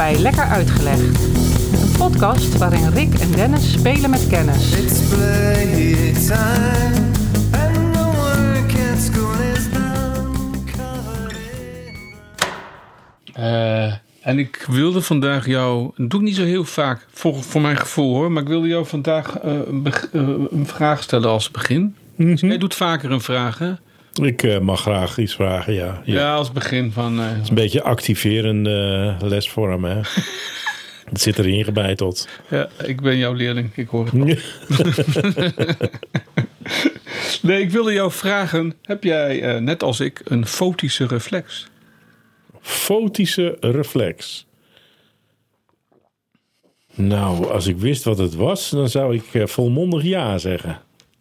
bij Lekker Uitgelegd. Een podcast waarin Rick en Dennis spelen met kennis. En ik wilde vandaag jou, dat doe ik niet zo heel vaak, voor mijn gevoel hoor, maar ik wilde jou vandaag een vraag stellen als begin. Mm-hmm. Jij doet vaker een vraag, hè? Ik mag graag iets vragen, ja. Ja, als begin van... Het is een beetje activerende lesvorm, hè. Het zit er ingebeiteld. Ja, ik ben jouw leerling, ik hoor het al. Nee, ik wilde jou vragen, heb jij, net als ik, een fotische reflex? Fotische reflex. Nou, als ik wist wat het was, dan zou ik volmondig ja zeggen.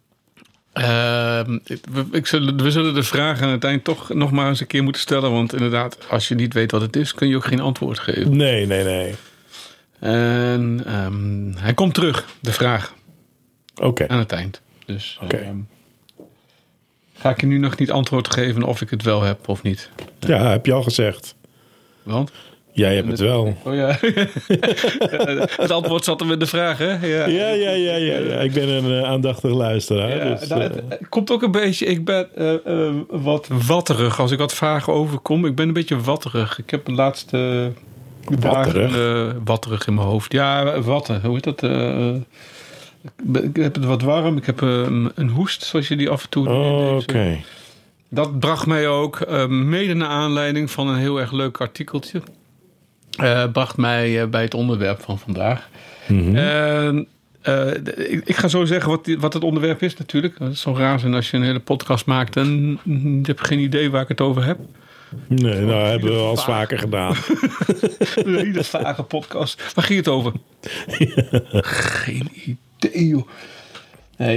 We zullen de vraag aan het eind toch nog maar eens een keer moeten stellen. Want inderdaad, als je niet weet wat het is, kun je ook geen antwoord geven. Nee. En hij komt terug, de vraag. Oké. Aan het eind. Dus Oké. ga ik je nu nog niet antwoord geven of ik het wel heb of niet. Ja, heb je al gezegd. Want? Jij hebt het wel. Oh ja. Het antwoord zat hem in de vraag, hè? Ja. Ik ben een aandachtig luisteraar. Ja, dus, het komt ook een beetje... Ik ben wat watterig als ik wat vragen overkom. Ik ben een beetje watterig. Ik heb de laatste dagen watterig in mijn hoofd. Ja, watten. Hoe heet dat? Ik heb het wat warm. Ik heb een hoest, zoals je die af en toe... Oké. Dat bracht mij ook, mede naar aanleiding van een heel erg leuk artikeltje... bracht mij bij het onderwerp van vandaag. Mm-hmm. Ik ga zo zeggen wat het onderwerp is natuurlijk. Het is zo raar zijn als je een hele podcast maakt... en je hebt geen idee waar ik het over heb. Nee, nou hebben we al eens vaker gedaan. Een hele vage podcast. Waar ging het over? Geen idee, joh. Nee,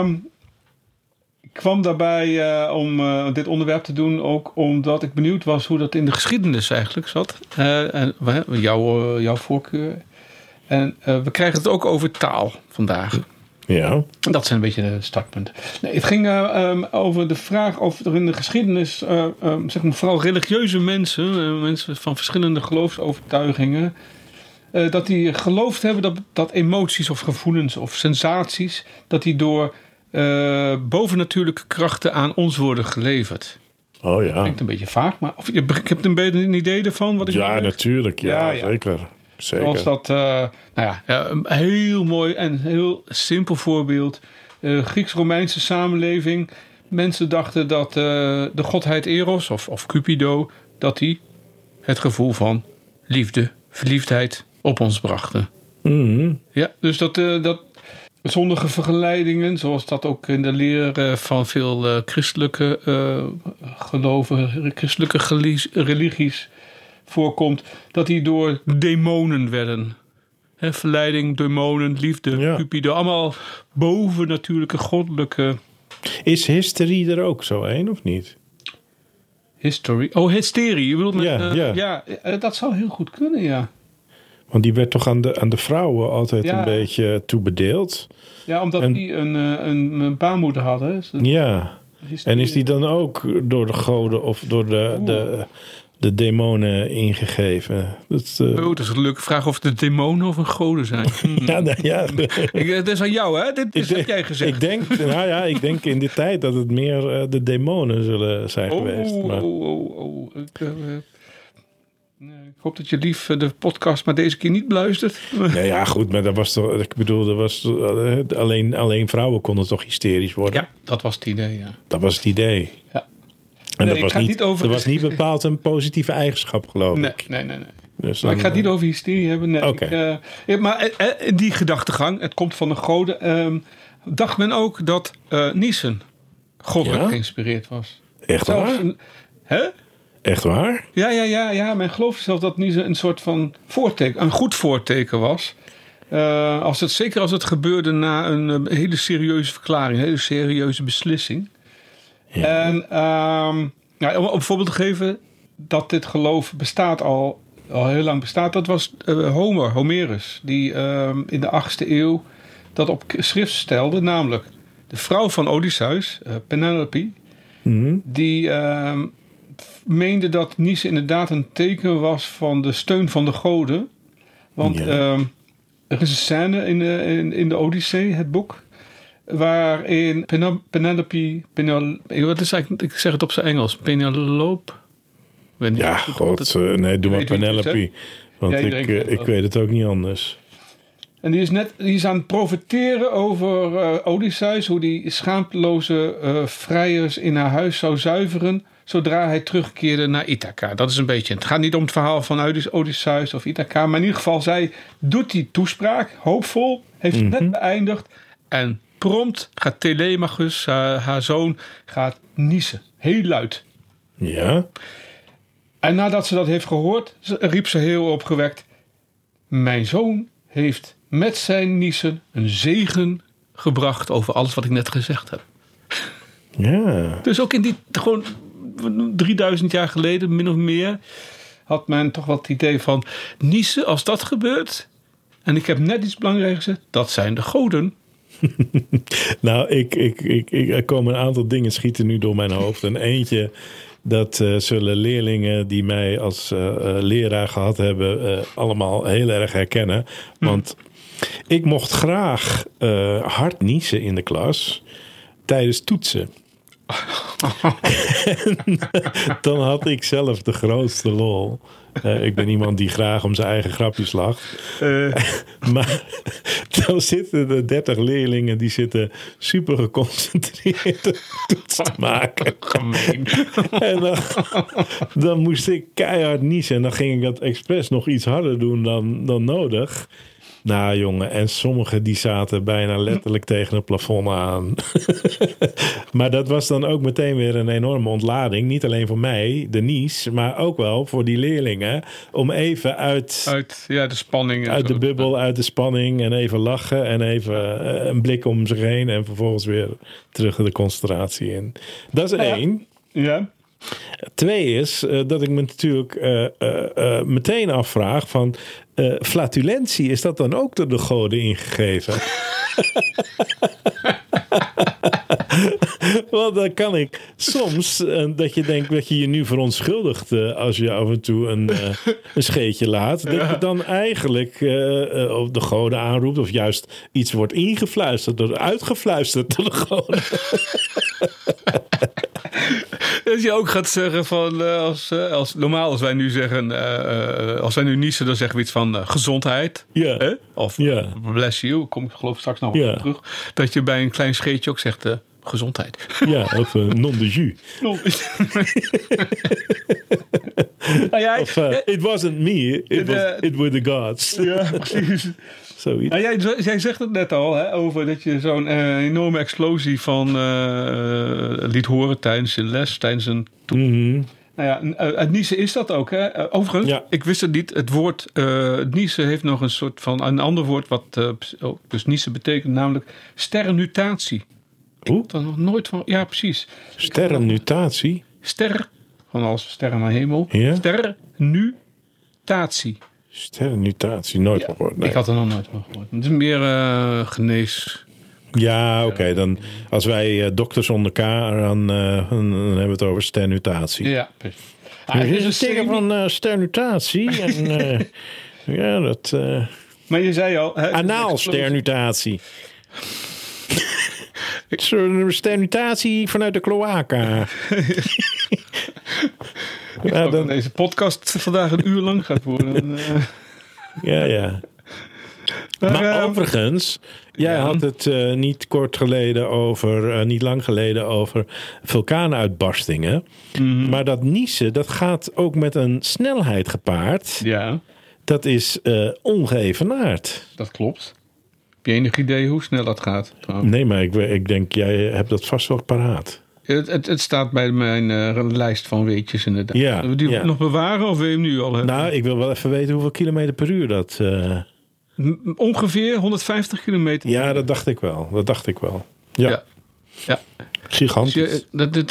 ik kwam daarbij om dit onderwerp te doen... ook omdat ik benieuwd was hoe dat in de geschiedenis eigenlijk zat. Jouw voorkeur. En we krijgen het ook over taal vandaag. Ja. Dat zijn een beetje de startpunten. Nee, het ging over de vraag of er in de geschiedenis... zeg maar vooral religieuze mensen... mensen van verschillende geloofsovertuigingen... dat die geloofd hebben dat emoties of gevoelens of sensaties... dat die door... bovennatuurlijke krachten aan ons worden geleverd. Oh ja. Dat klinkt een beetje vaag, maar ik heb een idee ervan. Wat ik natuurlijk. Ja, zeker. Zoals dat, een heel mooi en heel simpel voorbeeld. Grieks-Romeinse samenleving. Mensen dachten dat de godheid Eros of Cupido... dat die het gevoel van liefde, verliefdheid op ons brachten. Mm-hmm. Ja, dus dat zonder vergelijkingen, zoals dat ook in de leer van veel christelijke geloven, christelijke religies voorkomt, dat die door demonen werden. Verleiding, demonen, liefde, Cupido, allemaal bovennatuurlijke, goddelijke... Is hysterie er ook zo een, of niet? History? Oh, hysterie. Je bedoelt met, ja. Dat zou heel goed kunnen, ja. Want die werd toch aan de vrouwen altijd een beetje toebedeeld. Ja, omdat die een baarmoeder hadden. Ja. En is die dan ook door de goden of door de demonen ingegeven? Dat is een leuke vraag of het de demonen of een goden zijn. Het is aan jou, hè? Dit heb jij gezegd. Ik denk in die tijd dat het meer de demonen zullen zijn geweest. Maar... Ik hoop dat je lief de podcast maar deze keer niet beluistert. Nee, ja, goed, maar dat was toch... Ik bedoel, alleen vrouwen konden toch hysterisch worden? Ja, dat was het idee, ja. Dat was het idee. Ja. En dat was niet bepaald een positieve eigenschap, geloof ik. Nee. Dus maar ik ga het niet over hysterie hebben. Nee, okay. Maar die gedachtegang, het komt van de goden... dacht men ook dat Nissen goddelijk geïnspireerd was. Echt waar? Hè? Echt waar? Ja. Men gelooft zelfs dat Nissen een soort van voorteken, een goed voorteken was. Zeker als het gebeurde na een hele serieuze verklaring, een hele serieuze beslissing. Ja. En om een voorbeeld te geven dat dit geloof bestaat al heel lang bestaat, dat was Homerus, die in de 8e eeuw dat op schrift stelde, namelijk de vrouw van Odysseus, Penelope, die meende dat niezen inderdaad een teken was van de steun van de goden. Want er is een scène in de Odyssee, het boek, waarin Penelope, wat is eigenlijk, ik zeg het op zijn Engels, Penelope. Ja, god, nee, doe maar Penelope. Want ik weet het ook niet anders. En die is aan het profiteren over Odysseus, hoe die schaamteloze vrijers in haar huis zou zuiveren zodra hij terugkeerde naar Ithaca. Dat is een beetje, het gaat niet om het verhaal van Odysseus of Ithaca, maar in ieder geval, zij doet die toespraak, hoopvol, heeft het net beëindigd en prompt gaat Telemachus, haar zoon, gaat niezen. Heel luid. Ja. En nadat ze dat heeft gehoord, riep ze heel opgewekt: mijn zoon heeft met zijn niezen een zegen gebracht over alles wat ik net gezegd heb. Ja. Dus ook in die, gewoon 3000 jaar geleden, min of meer, had men toch wat het idee van niezen, als dat gebeurt. En ik heb net iets belangrijks gezegd, dat zijn de goden. Nou, er komen een aantal dingen schieten nu door mijn hoofd. En eentje, dat zullen leerlingen die mij als leraar gehad hebben allemaal heel erg herkennen. Want ik mocht graag hard niezen in de klas tijdens toetsen. En dan had ik zelf de grootste lol. Ik ben iemand die graag om zijn eigen grapjes lacht. Maar dan zitten er 30 leerlingen die zitten super geconcentreerd toets te maken. Gemeen. En dan moest ik keihard niezen. En dan ging ik dat expres nog iets harder doen dan nodig. Nou jongen, en sommigen die zaten bijna letterlijk tegen het plafond aan. Maar dat was dan ook meteen weer een enorme ontlading. Niet alleen voor mij, de nies, maar ook wel voor die leerlingen. Om even uit de spanning. Uit de bubbel, uit de spanning. En even lachen en even een blik om zich heen. En vervolgens weer terug de concentratie in. Dat is één. Ja. 2 is dat ik me natuurlijk meteen afvraag van flatulentie, is dat dan ook door de goden ingegeven? Want dan kan ik soms dat je denkt dat je je nu verontschuldigt als je af en toe een scheetje laat. Dat je dan eigenlijk de goden aanroept of juist iets wordt uitgefluisterd door de goden. Dat je ook gaat zeggen van, als normaal als wij nu zeggen, als wij nu niezen, dan zeggen we iets van gezondheid. Ja. Of bless you, kom ik geloof straks nog op terug. Dat je bij een klein scheetje ook zegt gezondheid. Ja, of non de jus. Of it wasn't me, it were the gods. Ja, precies. Zoiets. Nou, jij zegt het net al, hè, over dat je zo'n enorme explosie van liet horen tijdens je les, tijdens een toep. Mm-hmm. Nou ja, het niezen is dat ook. Hè? Overigens, ik wist het niet. Het woord niezen heeft nog een soort van een ander woord wat dus niezen betekent, namelijk sterrenmutatie. Hoe? Ik had er nog nooit van. Ja, precies. Sterrenmutatie? Ster, van als sterren naar hemel. Ja? Sterrenmutatie. Sterrenmutatie, nooit gehoord. Nee. Ik had er nog nooit van gehoord. Het is meer genees. Ja, oké. Dan als wij dokters onder elkaar, dan hebben we het over sterrenmutatie. Ja, precies. Er is een teken van sterrenmutatie. En ja, dat... Maar je zei al... Anaal sterrenmutatie. Sterrenmutatie vanuit de kloaka. Ik hoop dat deze podcast vandaag een uur lang gaat worden. Ja. Maar overigens, jij had het niet lang geleden over vulkaanuitbarstingen. Mm-hmm. Maar dat niezen, dat gaat ook met een snelheid gepaard. Ja. Dat is ongeëvenaard. Dat klopt. Heb je enig idee hoe snel dat gaat? Nee, maar ik denk, jij hebt dat vast wel paraat. Het staat bij mijn lijst van weetjes inderdaad. Ja, Wil je die nog bewaren of wil je hem nu al hebben? Nou, ik wil wel even weten hoeveel kilometer per uur dat... Ongeveer 150 kilometer. Ja, dat dacht ik wel. Ja. Gigantisch. Dus het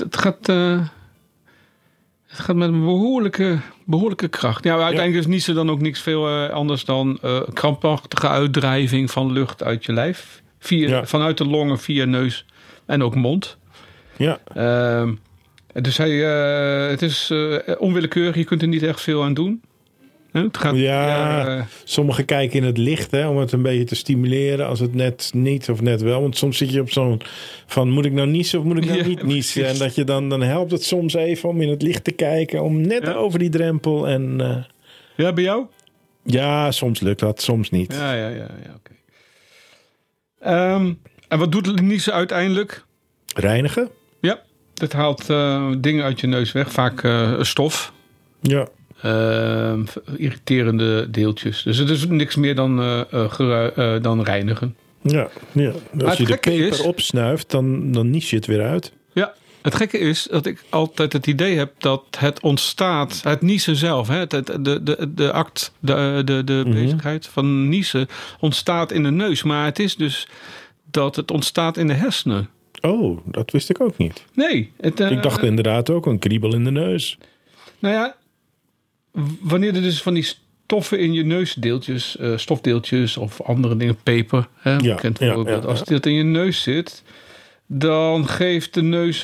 gaat met een behoorlijke kracht. Ja, uiteindelijk is niezen dan ook niks veel anders dan krampachtige uitdrijving van lucht uit je lijf. Vanuit de longen, via neus en ook mond. Ja. Dus het is onwillekeurig. Je kunt er niet echt veel aan doen. Het gaat, sommigen kijken in het licht, hè, om het een beetje te stimuleren. Als het net niet of net wel. Want soms zit je op zo'n van, moet ik nou niezen of moet ik nou niet niezen? Precies. En dat je dan helpt het soms even om in het licht te kijken. Om net over die drempel. En, ja, bij jou? Ja, soms lukt dat, soms niet. Ja, oké. En wat doet niezen uiteindelijk? Reinigen? Ja, dat haalt dingen uit je neus weg. Vaak stof. Ja. Irriterende deeltjes. Dus het is niks meer dan reinigen. Ja. Als je de peper is, opsnuift, dan nies je het weer uit. Ja, het gekke is dat ik altijd het idee heb dat het ontstaat, het niezen zelf, hè, de act, de bezigheid van niezen ontstaat in de neus. Maar het is dus dat het ontstaat in de hersenen. Oh, dat wist ik ook niet. Nee. Ik dacht inderdaad ook een kriebel in de neus. Nou ja, wanneer er dus van die stoffen in je neusdeeltjes, stofdeeltjes of andere dingen, peper, hè, bekend voorbeeld. Als dat in je neus zit, dan geeft de neus,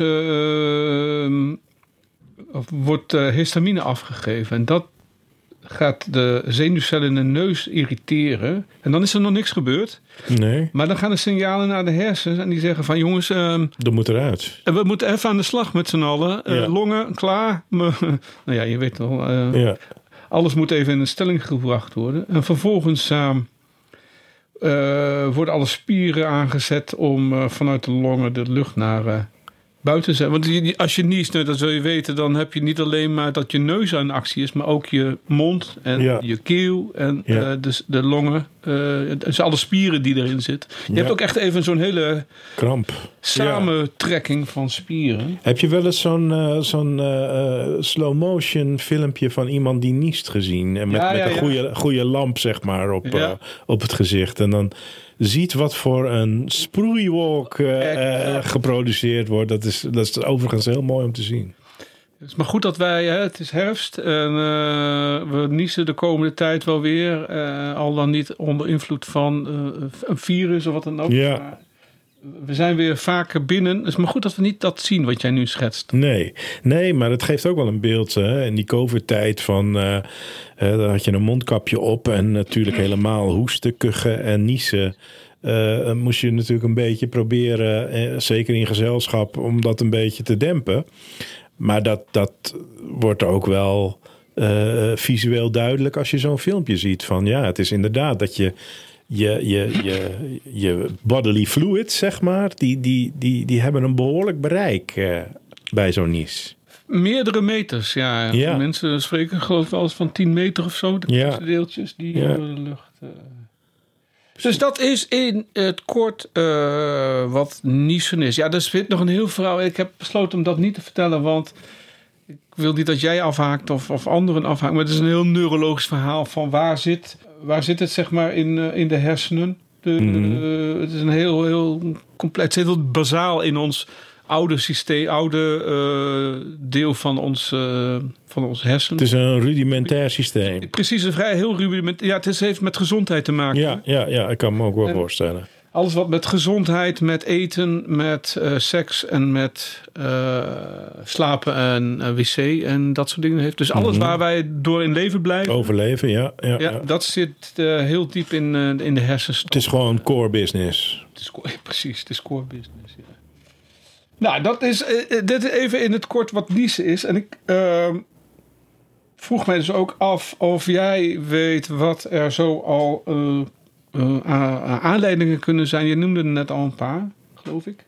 wordt histamine afgegeven. En dat gaat de zenuwcellen in de neus irriteren. En dan is er nog niks gebeurd. Nee. Maar dan gaan de signalen naar de hersens en die zeggen van jongens, dat moet eruit. We moeten even aan de slag met z'n allen. Longen, klaar. Nou ja, je weet wel. Alles moet even in een stelling gebracht worden. En vervolgens worden alle spieren aangezet om vanuit de longen de lucht naar buiten te zetten. Want als je niest, dan zul je weten, dan heb je niet alleen maar dat je neus aan actie is, maar ook je mond en je keel en dus de longen. Dus alle spieren die erin zitten. Je hebt ook echt even zo'n hele kramp. Samentrekking van spieren. Heb je wel eens zo'n slow motion filmpje van iemand die niest gezien? En met een goede lamp, zeg maar, op het gezicht. En dan ziet wat voor een sproeiwolk geproduceerd wordt. Dat is overigens heel mooi om te zien. Het is maar goed dat wij, het is herfst en we niezen de komende tijd wel weer. Al dan niet onder invloed van een virus of wat dan ook. Ja. Maar we zijn weer vaker binnen. Het is maar goed dat we niet dat zien wat jij nu schetst. Nee, maar het geeft ook wel een beeld. Hè? In die COVID-tijd van, dan had je een mondkapje op en natuurlijk helemaal hoesten, kuchen en niezen. Moest je natuurlijk een beetje proberen, zeker in gezelschap, om dat een beetje te dempen. Maar dat wordt ook wel visueel duidelijk als je zo'n filmpje ziet. Van het is inderdaad dat je bodily fluids, zeg maar, die hebben een behoorlijk bereik bij zo'n nies. Meerdere meters, ja. Mensen spreken geloof ik wel eens van 10 meter of zo. De deeltjes die door de lucht... Dus dat is in het kort wat niezen is. Ja, er zit nog een heel verhaal. Ik heb besloten om dat niet te vertellen, want ik wil niet dat jij afhaakt of anderen afhaken. Maar het is een heel neurologisch verhaal van waar zit het, zeg maar, in de hersenen. Het is een heel compleet, het zit heel bazaal in ons oude systeem, deel van ons hersenen. Het is een rudimentair systeem. Precies, een vrij heel rudimentair. Ja, het heeft met gezondheid te maken. Ja, ik kan me ook wel voorstellen. Alles wat met gezondheid, met eten, met seks en met slapen en wc en dat soort dingen heeft. Dus alles waar wij door in leven blijven. Overleven, ja. Dat zit heel diep in de hersens. Het is gewoon core business. Precies, het is core business, ja. Nou, dat is dit even in het kort wat niezen is. En ik vroeg mij dus ook af of jij weet wat er zo al aanleidingen kunnen zijn. Je noemde er net al een paar, geloof ik.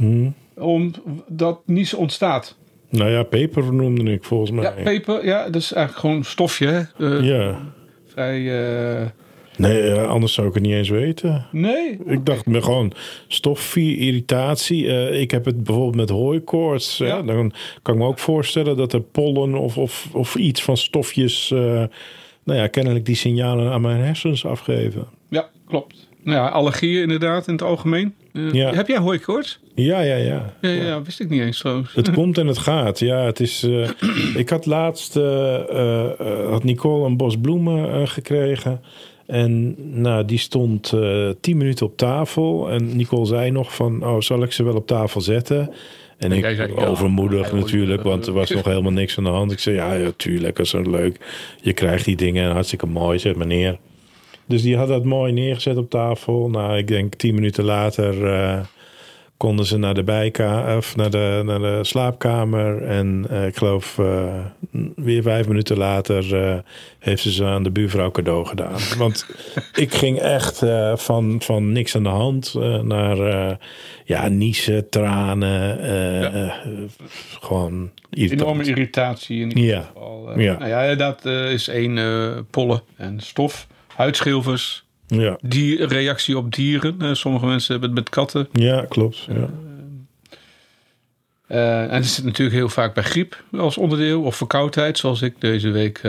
Omdat niezen ontstaat. Nou ja, peper noemde ik volgens mij. Ja, peper, dat is eigenlijk gewoon een stofje. Hè? Vrij... Nee, anders zou ik het niet eens weten. Nee? Ik dacht me gewoon stoffie, irritatie. Ik heb het bijvoorbeeld met hooikoorts. Dan kan ik me ook voorstellen dat er pollen of iets van stofjes... kennelijk die signalen aan mijn hersens afgeven. Ja, klopt. Nou ja, allergieën inderdaad in het algemeen. Heb jij hooikoorts? Ja, wist ik niet eens trouwens. Het komt en het gaat. Ja, het is... ik had laatst... had Nicole een bos bloemen gekregen... En die stond 10 minuten op tafel. En Nicole zei nog van, zal ik ze wel op tafel zetten? En jij ik zei, overmoedig natuurlijk, want er was nog helemaal niks aan de hand. Ik zei, ja, tuurlijk, dat is zo leuk. Je krijgt die dingen en hartstikke mooi, zet maar neer. Dus die had dat mooi neergezet op tafel. Nou, ik denk 10 minuten later konden ze naar de slaapkamer. En ik geloof weer 5 minuten later heeft ze aan de buurvrouw cadeau gedaan. Want ik ging echt van niks aan de hand naar niezen, tranen. Gewoon irritant. Enorme irritatie in ieder geval. Ja. Nou ja, dat is één pollen en stof, huidschilfers. Ja. Die reactie op dieren. Sommige mensen hebben het met katten. Ja, klopt. Ja. En het zit natuurlijk heel vaak bij griep als onderdeel. Of verkoudheid, zoals ik deze week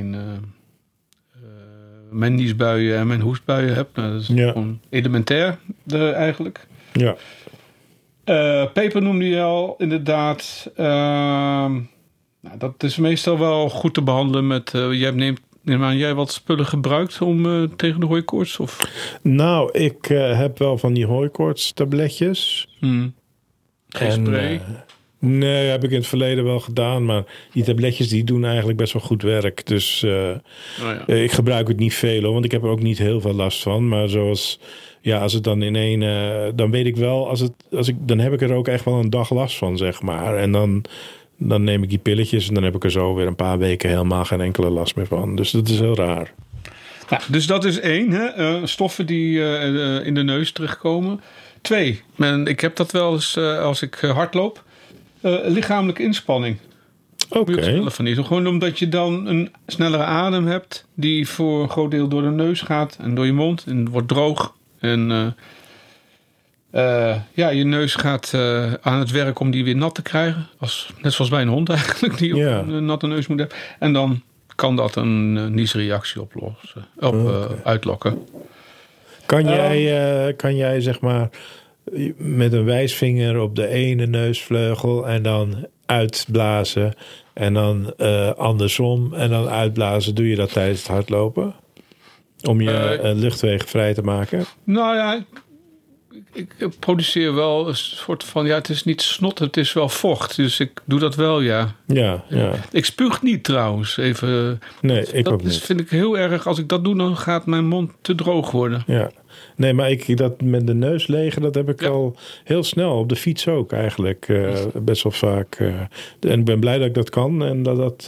mijn niesbuien en mijn hoestbuien heb. Nou, dat is gewoon elementair eigenlijk. Ja. Peper noemde je al, inderdaad. Dat is meestal wel goed te behandelen met... Neem aan, jij wat spullen gebruikt om tegen de hooikoorts? Of? Nou, ik heb wel van die hooikoorts tabletjes. Geen spray? Nee, heb ik in het verleden wel gedaan. Maar die tabletjes die doen eigenlijk best wel goed werk. Dus ik gebruik het niet veel hoor, want ik heb er ook niet heel veel last van. Maar zoals, als het dan in één... dan weet ik wel, dan heb ik er ook echt wel een dag last van, zeg maar. En dan neem ik die pilletjes en dan heb ik er zo weer een paar weken helemaal geen enkele last meer van. Dus dat is heel raar. Ja, dus dat is 1, hè? Stoffen die in de neus terechtkomen. 2, ik heb dat wel eens als ik hardloop. Lichamelijke inspanning. Oké. Gewoon omdat je dan een snellere adem hebt die voor een groot deel door de neus gaat en door je mond en het wordt droog. En je neus gaat aan het werk om die weer nat te krijgen. Net zoals bij een hond eigenlijk, die een natte neus moet hebben. En dan kan dat een niesreactie uitlokken. Kan jij zeg maar met een wijsvinger op de ene neusvleugel en dan uitblazen en dan andersom en dan uitblazen? Doe je dat tijdens het hardlopen? Om je luchtwegen vrij te maken? Nou ja, ik produceer wel een soort van... Ja, het is niet snot, het is wel vocht. Dus ik doe dat wel, ja. Ja. Ik spuug niet trouwens. Even. Nee, ik ook niet. Dat vind ik heel erg. Als ik dat doe, dan gaat mijn mond te droog worden. Ja. Nee, maar dat met de neus legen, dat heb ik al heel snel. Op de fiets ook eigenlijk. Best wel vaak. En ik ben blij dat ik dat kan. En dat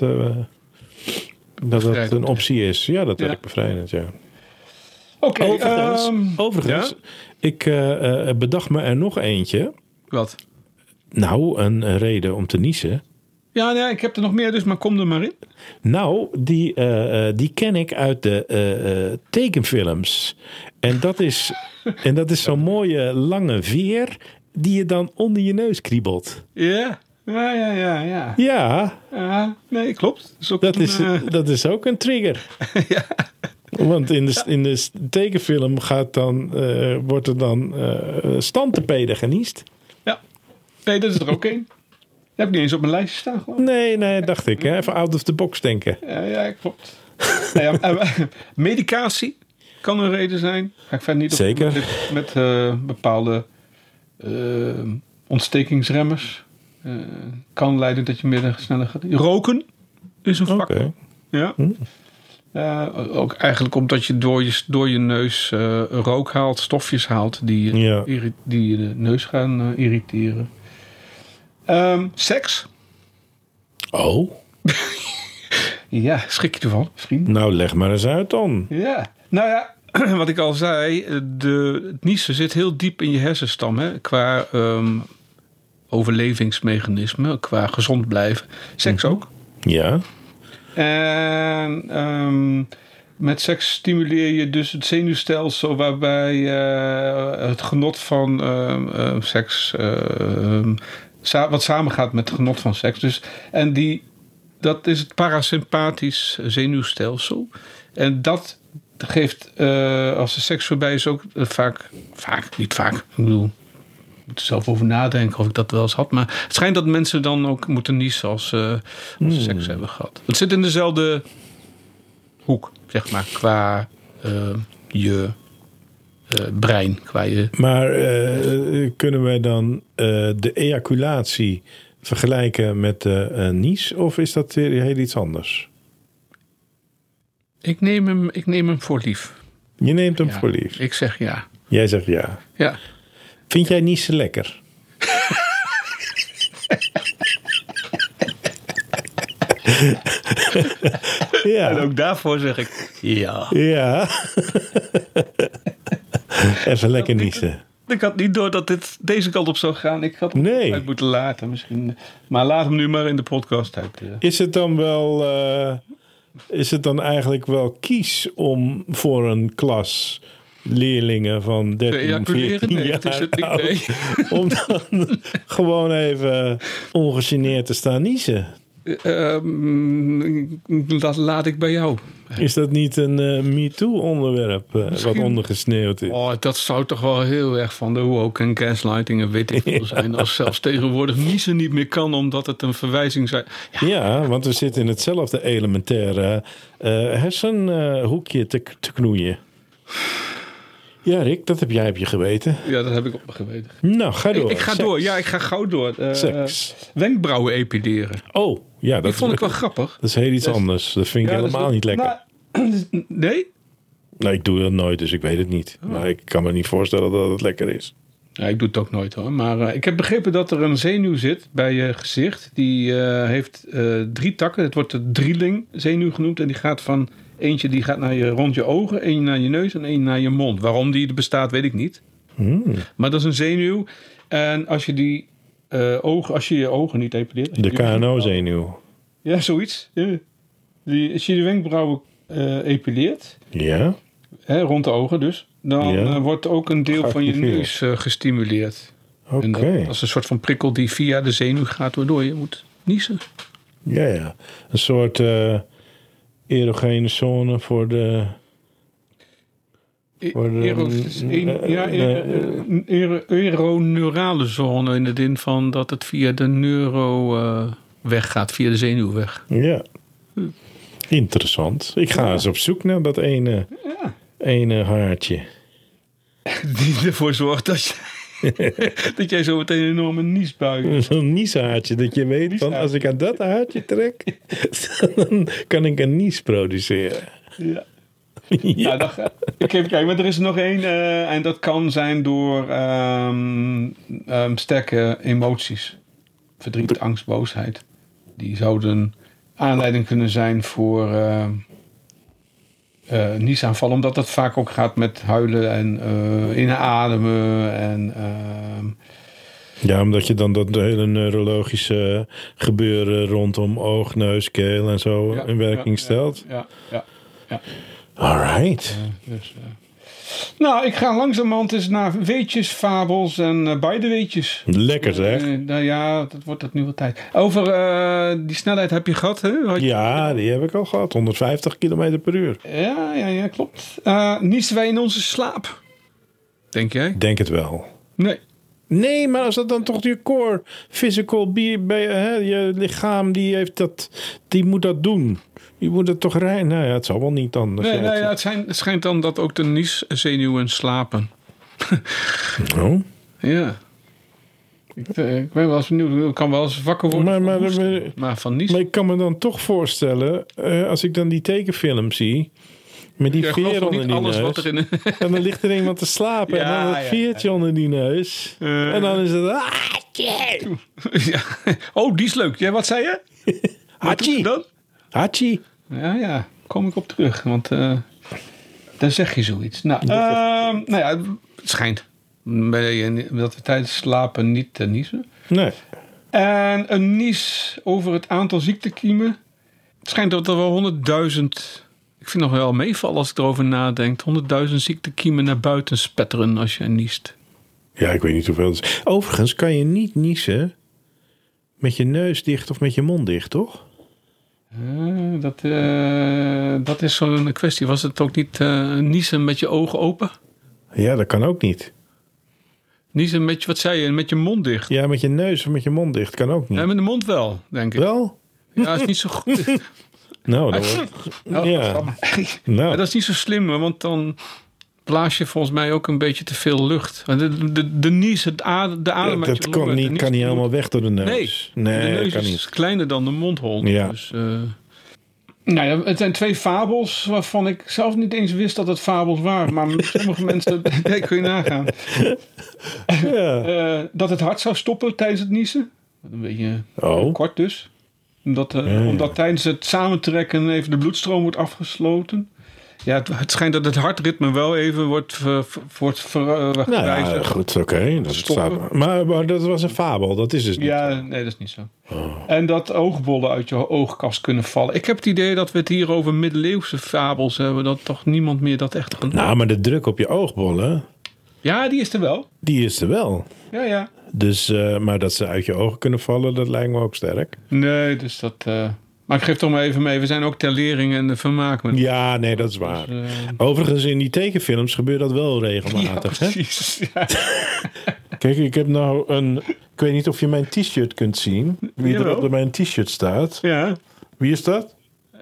een optie is. Ja, dat werkt bevrijdend, ja. Oké. Overigens, ik bedacht me er nog eentje. Wat? Nou, een reden om te niezen. Ja, ik heb er nog meer, dus maar kom er maar in. Nou, die ken ik uit de tekenfilms. En dat is zo'n mooie lange veer die je dan onder je neus kriebelt. Ja. Ja. Ja. Nee, klopt. Dat is ook een trigger. Ja. Want in de tekenfilm wordt er dan standtepeden geniest. Ja. Nee, dat is er ook één. Dat heb ik niet eens op mijn lijstje staan. Gewoon. Nee, dacht ik. Hè? Even out of the box denken. Ja, klopt. Medicatie kan een reden zijn. Ga ik verder niet op. Zeker. Met bepaalde ontstekingsremmers. Kan leiden dat je midden sneller gaat. Roken is een factor. Okay. Ja. Ook eigenlijk omdat je door je neus rook haalt, stofjes haalt die je neus gaan irriteren. Seks. Oh. Ja, schrik je ervan, vriend? Nou, leg maar eens uit dan. Ja, nou ja, wat ik al zei, het niezen zit heel diep in je hersenstam, hè, qua overlevingsmechanisme, qua gezond blijven. Seks ook. Ja. En met seks stimuleer je dus het zenuwstelsel waarbij het genot van seks wat samengaat met het genot van seks. Dus, dat is het parasympathisch zenuwstelsel. En dat geeft, als de seks voorbij is, ook niet vaak. Ik bedoel, ik moet er zelf over nadenken of ik dat wel eens had. Maar het schijnt dat mensen dan ook moeten niezen als ze seks hebben gehad. Het zit in dezelfde hoek, zeg maar, qua je brein. Maar kunnen wij dan de ejaculatie vergelijken met de nies? Of is dat weer heel iets anders? Ik neem hem voor lief. Je neemt hem voor lief? Ik zeg ja. Jij zegt ja. Ja. Vind jij niezen lekker? Ja. En ook daarvoor zeg ik ja. Ja. Even lekker niezen. Ik had niet door dat dit deze kant op zou gaan. Ik had hem uit moeten laten misschien. Maar laat hem nu maar in de podcast uit. Ja. Is het dan wel... is het dan eigenlijk wel kies om voor een klas leerlingen van 13, 14 jaar oud, om dan gewoon even ongegeneerd te staan niezen? Dat laat ik bij jou. Is dat niet een MeToo-onderwerp wat ondergesneeuwd is? Oh, dat zou toch wel heel erg van de woke en gaslighting en weet ik veel zijn. Als zelfs tegenwoordig niezen niet meer kan omdat het een verwijzing zijn. Ja, want we zitten in hetzelfde elementaire hersenhoekje te knoeien. Ja, Rick, dat heb je geweten. Ja, dat heb ik op me geweten. Nou, ga door. Ik ga door. Ja, ik ga gauw door. Wenkbrauwen epileren. Oh, ja. Dat vond ik wel grappig. Dat is heel iets anders. Dat vind ik helemaal niet lekker. Nee? Nou, ik doe dat nooit, dus ik weet het niet. Oh. Maar ik kan me niet voorstellen dat het lekker is. Ja, ik doe het ook nooit hoor. Maar ik heb begrepen dat er een zenuw zit bij je gezicht. Die heeft 3 takken. Het wordt de drielingzenuw genoemd. En die gaat van... Eentje die gaat rond je ogen, één naar je neus en één naar je mond. Waarom die er bestaat, weet ik niet. Maar dat is een zenuw. En als je je ogen niet epileert... De KNO-zenuw. Ja, zoiets. Ja. Als je de wenkbrauwen epileert... Ja. Rond de ogen dus... dan wordt ook een deel van je neus gestimuleerd. Oké. Dat is een soort van prikkel die via de zenuw gaat... waardoor je moet niezen. Ja. Een soort... erogene zone voor de... Aeroneurale zone in de zin van dat het via de weg gaat, via de zenuwweg. Ja. Interessant. Ik ga eens op zoek naar dat ene haartje. Die ervoor zorgt dat jij zo meteen een enorme niesbui hebt. Zo'n nieshaartje, dat je weet van als ik aan dat haartje trek, dan kan ik een nies produceren. Ja. Ja, ik even kijken, maar er is er nog één en dat kan zijn door sterke emoties. Verdriet, angst, boosheid. Die zouden aanleiding kunnen zijn voor niesaanvallen, omdat dat vaak ook gaat met huilen en inademen en... Ja, omdat je dan dat hele neurologische gebeuren rondom oog, neus, keel en zo in werking stelt. Ja. Alright. Nou, ik ga langzamerhand eens naar weetjes, fabels en beide weetjes. Lekker zeg. Ja, dat wordt het nu wel tijd. Over die snelheid heb je gehad, hè? Ja, die heb ik al gehad. 150 km per uur. Ja, klopt. Niezen wij in onze slaap? Denk jij? Denk het wel. Nee, maar als dat dan toch je core physical je lichaam die moet dat doen. Je moet het toch rijden. Nou ja, het zal wel niet dan. Het schijnt dan dat ook de nieszenuwen slapen. Oh? Ja. Ik ben wel eens benieuwd. Ik kan wel eens wakker worden maar van nies. Maar ik kan me dan toch voorstellen, als ik dan die tekenfilm zie, met die veer onder die neus. En dan ligt er iemand te slapen en dan het veertje onder die neus. En dan is het... Ja. Oh, die is leuk. Ja, wat zei je? Hachi. Hachi. Ja, kom ik op terug. Want dan zeg je zoiets. Nou ja, het schijnt dat we tijdens slapen niet niezen. Nee. En een nies over het aantal ziektekiemen. Het schijnt dat er wel 100.000... Ik vind nog wel meevallen als ik erover nadenk. 100.000 ziektekiemen naar buiten spetteren als je niest. Ja, ik weet niet hoeveel het is. Overigens kan je niet niezen met je neus dicht of met je mond dicht, toch? Dat is zo'n kwestie. Was het ook niet niezen met je ogen open? Ja, dat kan ook niet. Niezen met, wat zei je, met je mond dicht? Ja, met je neus of met je mond dicht kan ook niet. Ja, met de mond wel, denk ik. Wel? Ja, is niet zo goed. Nou, dat wordt... Ja, dat is niet zo slim, want dan blaas je volgens mij ook een beetje te veel lucht. De nies, de adem uit je longen, kan niet helemaal weg door de neus. Nee, de neus kan is niet. kleiner dan de mondholte. Ja. Dus, nou ja, het zijn 2 fabels waarvan ik zelf niet eens wist dat het fabels waren. Maar sommige mensen, kun je nagaan. Ja. Dat het hart zou stoppen tijdens het niezen. Een beetje kort dus. Omdat tijdens het samentrekken even de bloedstroom wordt afgesloten. Ja, het schijnt dat het hartritme wel even wordt gewijzigd. Ja, goed, oké. Maar dat was een fabel, dat is dus niet. Ja, nee, dat is niet zo. En dat oogbollen uit je oogkas kunnen vallen. Ik heb het idee dat we het hier over middeleeuwse fabels hebben. Dat toch niemand meer dat echt gaat. Nou, maar de druk op je oogbollen, Ja, die is er wel. die is er wel. Ja. Dus, maar dat ze uit je ogen kunnen vallen, dat lijkt me ook sterk. Nee, dus dat... Maar ik geef toch maar even mee. We zijn ook ter lering en vermaak. Ja, nee, dat is waar. Overigens, in die tekenfilms gebeurt dat wel regelmatig. Ja, precies. Ja. Kijk, ik heb nou een... Ik weet niet of je mijn t-shirt kunt zien. Wie er op mijn t-shirt staat. Ja. Wie is dat?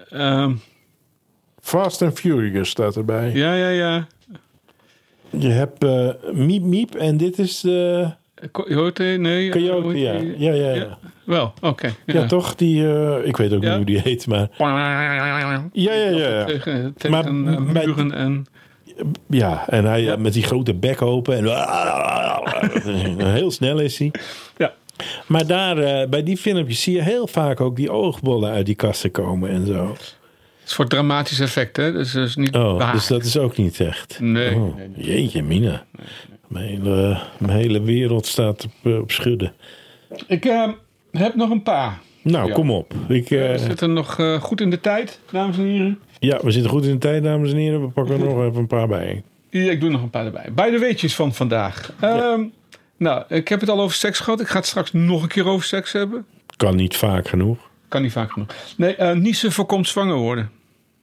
Fast and Furious staat erbij. Ja. Je hebt Miep Miep en dit is... Coyote? Nee. Coyote, ja. Wel, oké. Ja, toch? Die, ik weet ook niet hoe die heet, maar... Ja. Tegen muren en... Ja, en hij met die grote bek open. En heel snel is hij. Ja. Maar daar, bij die filmpjes zie je heel vaak ook die oogbollen uit die kassen komen en zo. Het is voor dramatisch effect, hè? Dus niet dus dat is ook niet echt. Nee. Jeetje, mina. Mijn hele wereld staat op schudden. Ik heb nog een paar. Nou, kom op. We zitten nog goed in de tijd, dames en heren. Ja, we zitten goed in de tijd, dames en heren. We pakken er nog even een paar bij. Ja, ik doe nog een paar erbij. Bij de weetjes van vandaag. Nou, ik heb het al over seks gehad. Ik ga het straks nog een keer over seks hebben. Kan niet vaak genoeg. Kan niet vaak genoeg. Nee, niezen voorkomt zwanger worden.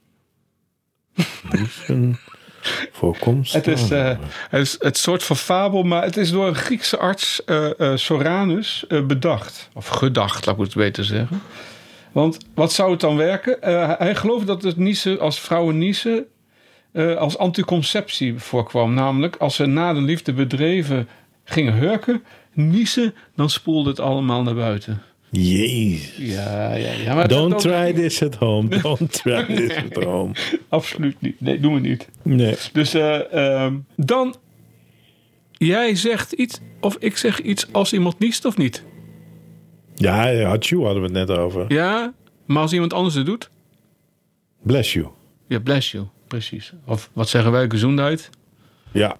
Niezen voorkomt het is het soort van fabel, maar het is door een Griekse arts, Soranus, bedacht. Of gedacht, laat ik het beter zeggen. Want wat zou het dan werken? Hij geloofde dat het niezen, als vrouwen niezen, als anticonceptie voorkwam. Namelijk, als ze na de liefde bedreven gingen hurken, niezen, dan spoelde het allemaal naar buiten. Jezus. Ja. Maar Don't try this at home. Don't try this at home. Absoluut niet. Nee, doen we niet. Nee. Dus dan... Jij zegt iets of ik zeg iets als iemand niest of niet? Ja, hatsjoe hadden we het net over. Ja, maar als iemand anders het doet? Bless you. Ja, bless you. Precies. Of wat zeggen wij? Gezondheid? Ja.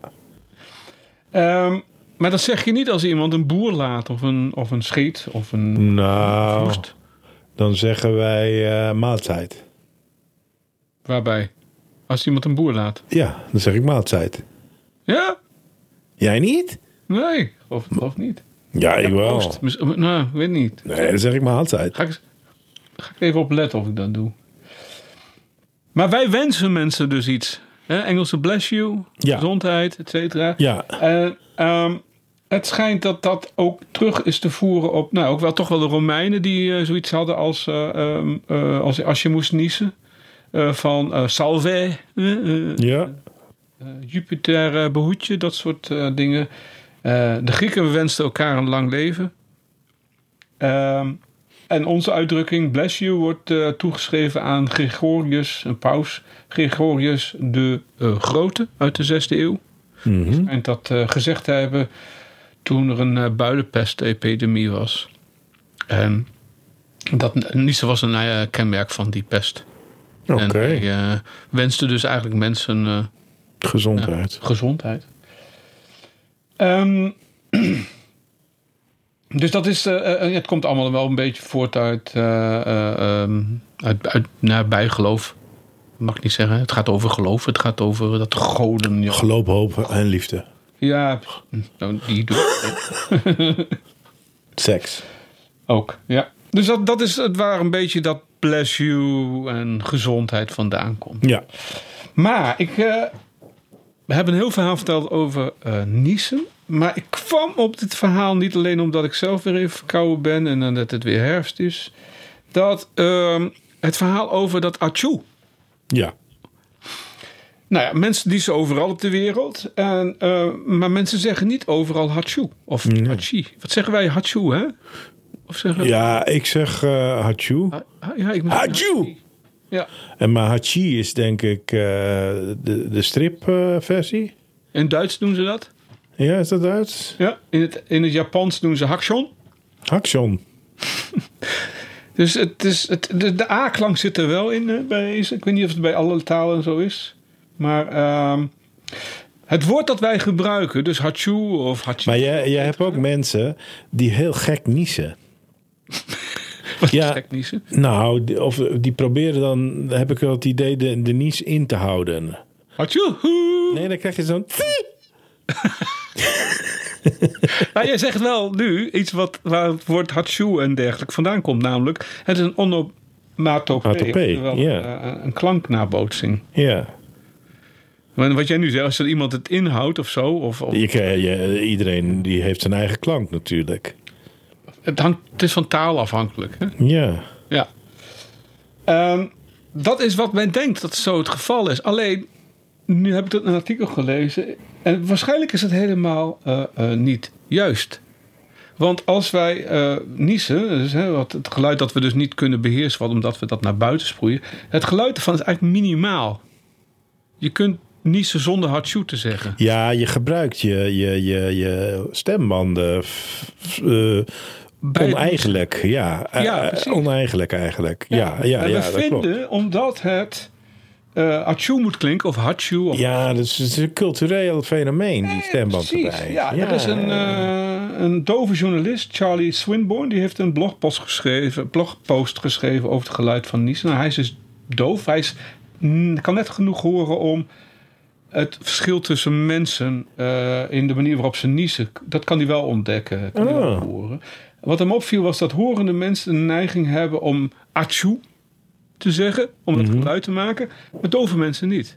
Maar dat zeg je niet als iemand een boer laat of een scheet of een vloest. Dan zeggen wij maaltijd. Waarbij? Als iemand een boer laat? Ja, dan zeg ik maaltijd. Ja? Jij niet? Nee, of niet. Ja, ik wel. Nou, ik weet niet. Nee, dan zeg ik maaltijd. Ga ik even op letten of ik dat doe. Maar wij wensen mensen dus iets. Engelse bless you, gezondheid, et cetera. Ja. Het schijnt dat ook terug is te voeren op... Nou, ook wel toch wel de Romeinen die zoiets hadden als je moest niezen. Van salve. Jupiter behoed je, dat soort dingen. De Grieken wensten elkaar een lang leven. En onze uitdrukking bless you wordt toegeschreven aan Gregorius, een paus. Gregorius de Grote uit de 6e eeuw. Mm-hmm. En dat gezegd hebben toen er een builenpest-epidemie was. En dat niezen was een kenmerk van die pest. Oké. En hij wenste dus eigenlijk mensen... gezondheid. Gezondheid. Dus dat is... het komt allemaal wel een beetje voort uit bijgeloof. Mag ik niet zeggen. Het gaat over geloof. Het gaat over dat goden... Ja. Geloof, hoop en liefde. Ja, nou, die doet Seks. ook, ja. Dus dat is het waar een beetje dat bless you en gezondheid vandaan komt. Ja. Maar we hebben een heel verhaal verteld over niezen. Maar ik kwam op dit verhaal niet alleen omdat ik zelf weer even verkouden ben en dat het weer herfst is. Dat het verhaal over dat atjoe. Ja. Nou ja, mensen niezen overal op de wereld. Maar mensen zeggen niet overal hatsjoe. Of hachi. Wat zeggen wij hatsjoe, hè? Of zeggen Ja, ik zeg hatsjoe. hatsjoe! Ja. En maar hachi is denk ik de stripversie. In Duits doen ze dat. Ja, is dat Duits? Ja. In het Japans doen ze hakshon. Hakshon. Dus de A-klank zit er wel in bij deze. Ik weet niet of het bij alle talen zo is. Maar het woord dat wij gebruiken, dus hachu of hachi. Maar jij hebt ook mensen die heel gek niezen. Wat is gek niezen? Nou, die proberen dan, heb ik wel het idee, de nies in te houden. Hachu! Nee, dan krijg je zo'n... Maar jij zegt wel nu iets waar het woord hachu en dergelijke vandaan komt. Namelijk, het is een onomatopee. Een klanknabootsing. Ja. Maar wat jij nu zegt, als er iemand het inhoudt of zo. Of iedereen die heeft zijn eigen klank natuurlijk. Het is van taal afhankelijk. Hè? Ja. Ja. Dat is wat men denkt dat zo het geval is. Alleen, nu heb ik een artikel gelezen. En waarschijnlijk is het helemaal niet juist. Want als wij niezen, dus, het geluid dat we dus niet kunnen beheersen, omdat we dat naar buiten sproeien. Het geluid ervan is eigenlijk minimaal. Je kunt niezen zonder hatsjoe te zeggen. Ja, je gebruikt je stembanden oneigenlijk. Ja, oneigenlijk eigenlijk. Ja, we vinden, omdat het hatsjoe moet klinken, of hatsjoe. Ja, dat is een cultureel fenomeen, die stemband erbij. Ja, er is een dove journalist, Charlie Swinburne, die heeft een blogpost geschreven over het geluid van niezen. Nou, hij is dus doof. Hij kan net genoeg horen om het verschil tussen mensen in de manier waarop ze niezen, dat kan hij wel ontdekken. Kan hij wel horen. Wat hem opviel was dat horende mensen een neiging hebben om atsjoe te zeggen, om dat geluid te maken, maar dove mensen niet.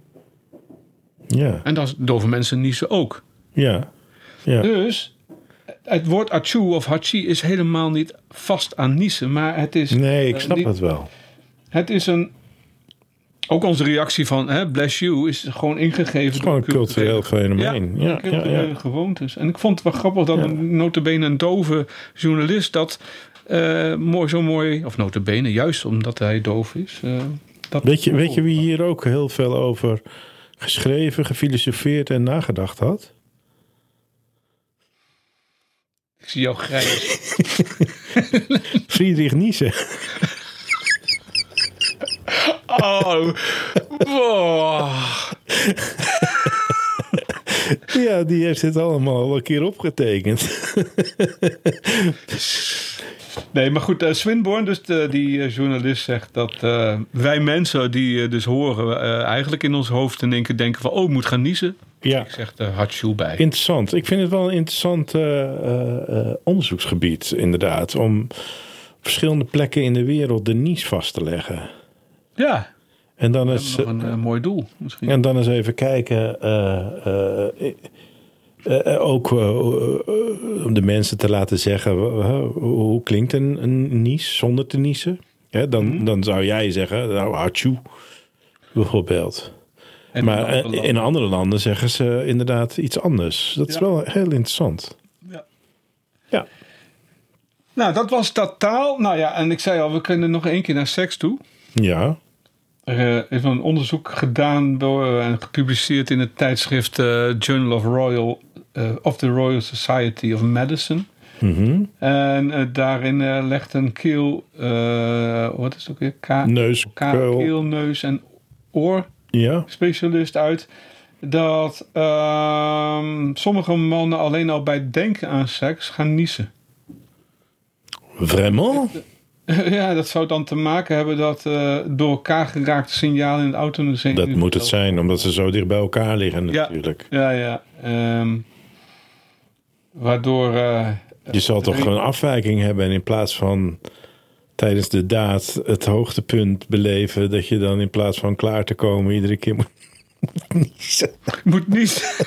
Ja. En dove mensen niezen ook. Ja. Dus het woord atsjoe of hachi is helemaal niet vast aan niezen, maar het is... Nee, ik snap het wel. Het is ook onze reactie van bless you is gewoon ingegeven. Het is gewoon een cultureel fenomeen. Ja, culturele gewoontes. En ik vond het wel grappig dat notabene een dove journalist dat zo mooi, of notabene, juist omdat hij doof is. Weet je wie hier ook heel veel over geschreven, gefilosofeerd en nagedacht had? Ik zie jou grijs. Friedrich Nietzsche. Oh. Ja, die heeft dit allemaal al een keer opgetekend. Nee, maar goed, Swinburne, dus die journalist zegt dat wij mensen die dus horen eigenlijk in ons hoofd in één keer denken van, ik moet gaan niezen. Ja. Ik zeg hatsjoe bij. Interessant. Ik vind het wel een interessant onderzoeksgebied inderdaad, om verschillende plekken in de wereld de nies vast te leggen. Ja. En dan is nog een mooi doel misschien. En dan eens even kijken, ook om de mensen te laten zeggen, hoe klinkt een nies zonder te niezen? Dan zou jij zeggen, nou, hatsjoe, bijvoorbeeld. Maar in andere landen zeggen ze inderdaad iets anders. Dat is wel heel interessant. Ja. Nou, dat was dat taal. Nou ja, en ik zei al, we kunnen nog 1 keer naar seks toe. Ja. Er is een onderzoek gedaan en gepubliceerd in het tijdschrift Journal of the Royal Society of Medicine. Mm-hmm. En daarin legt een keel, wat is het ook weer? Neus, keel, neus en oor specialist uit dat sommige mannen alleen al bij denken aan seks gaan niezen. Vraiment? Ja, dat zou dan te maken hebben dat door elkaar geraakte signalen in het autonoom. Dat moet het zijn, omdat ze zo dicht bij elkaar liggen natuurlijk. Ja. Waardoor... je zal toch een afwijking hebben en in plaats van tijdens de daad het hoogtepunt beleven, dat je dan in plaats van klaar te komen iedere keer moet niezen. Moet niezen.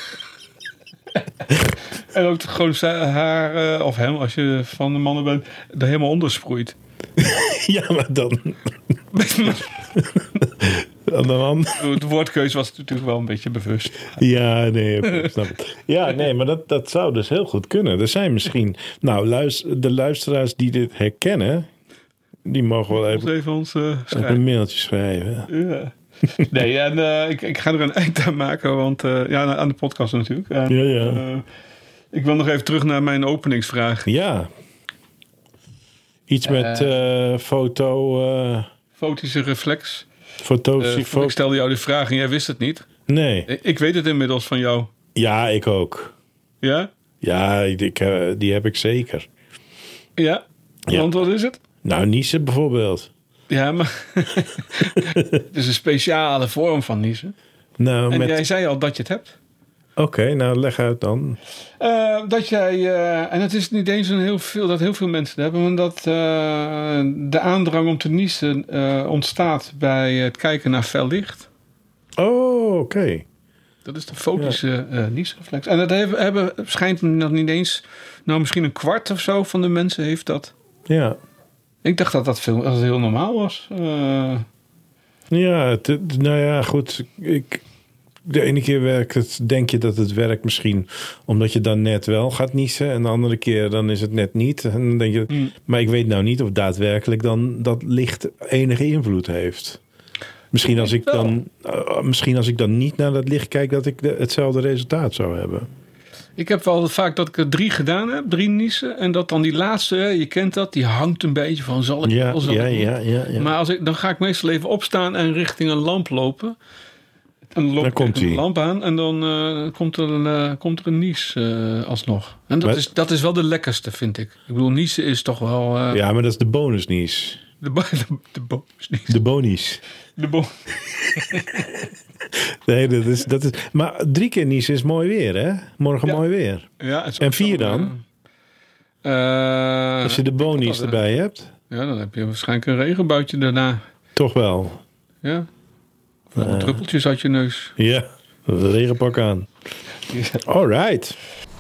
En ook gewoon haar of hem, als je van de mannen bent, er helemaal onder sproeit. Ja, maar dan... De woordkeuze was natuurlijk wel een beetje bewust. Ja, nee, ik snap het. Ja, nee, maar dat zou dus heel goed kunnen. Er zijn misschien... Nou, de luisteraars die dit herkennen... die mogen wel even ons een mailtje schrijven. Ja. Nee, en ik ga er een eind aan maken, want aan de podcast natuurlijk. En, Ja. Ik wil nog even terug naar mijn openingsvraag. Ja. Iets met foto... Fotische reflex. Ik stelde jou de vraag en jij wist het niet. Nee. Ik weet het inmiddels van jou. Ja, ik ook. Ja? Ja, die heb ik zeker. Ja? Want wat is het? Nou, niezen bijvoorbeeld. Ja, maar het is een speciale vorm van niezen. Nou, en jij zei al dat je het hebt. Oké, nou leg uit dan. Dat jij, en het is niet eens heel veel mensen hebben, maar dat de aandrang om te niezen ontstaat bij het kijken naar fel licht. Oh, oké. Dat is de fotische niesreflex. En dat schijnt nog niet eens, nou misschien een kwart of zo van de mensen heeft dat. Ja. Ik dacht dat het heel normaal was. Ja, nou ja, goed. De ene keer denk je dat het werkt misschien omdat je dan net wel gaat niezen. En de andere keer dan is het net niet. En dan denk je, maar ik weet nou niet of daadwerkelijk dan dat licht enige invloed heeft. Misschien als ik dan niet naar dat licht kijk, dat ik hetzelfde resultaat zou hebben. Ik heb wel vaak dat ik er 3 gedaan heb, 3 niezen. En dat dan die laatste, je kent dat, die hangt een beetje van zal ik wel. Ja. Maar dan ga ik meestal even opstaan en richting een lamp lopen. En dan loop ik een lamp aan en dan komt er een nies alsnog. En dat is wel de lekkerste, vind ik. Ik bedoel, niezen is toch wel... Ja, maar dat is de bonusnies. De bonusnies. De bonies. Nee, dat is... Maar 3 keer niezen is mooi weer, hè? Morgen mooi weer. Ja, en 4 dan? Als je de bonies erbij hebt. Ja, dan heb je waarschijnlijk een regenbuitje daarna. Toch wel. Ja. Druppeltjes uit je neus. Ja, een regenpak aan. All right.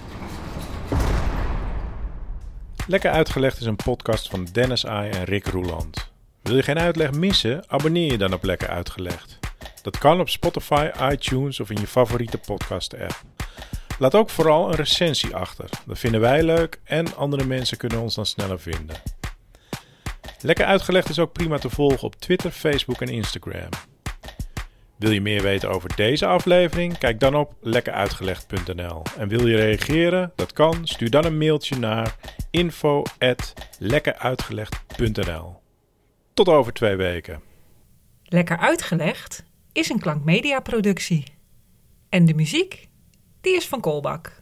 Lekker Uitgelegd is een podcast van Dennis Ai en Rick Roeland. Wil je geen uitleg missen? Abonneer je dan op Lekker Uitgelegd. Dat kan op Spotify, iTunes of in je favoriete podcast-app. Laat ook vooral een recensie achter. Dat vinden wij leuk en andere mensen kunnen ons dan sneller vinden. Lekker Uitgelegd is ook prima te volgen op Twitter, Facebook en Instagram. Wil je meer weten over deze aflevering? Kijk dan op lekkeruitgelegd.nl. En wil je reageren? Dat kan. Stuur dan een mailtje naar info@lekkeruitgelegd.nl. Tot over 2 weken. Lekker Uitgelegd is een klankmedia productie. En de muziek, die is van Kolbak.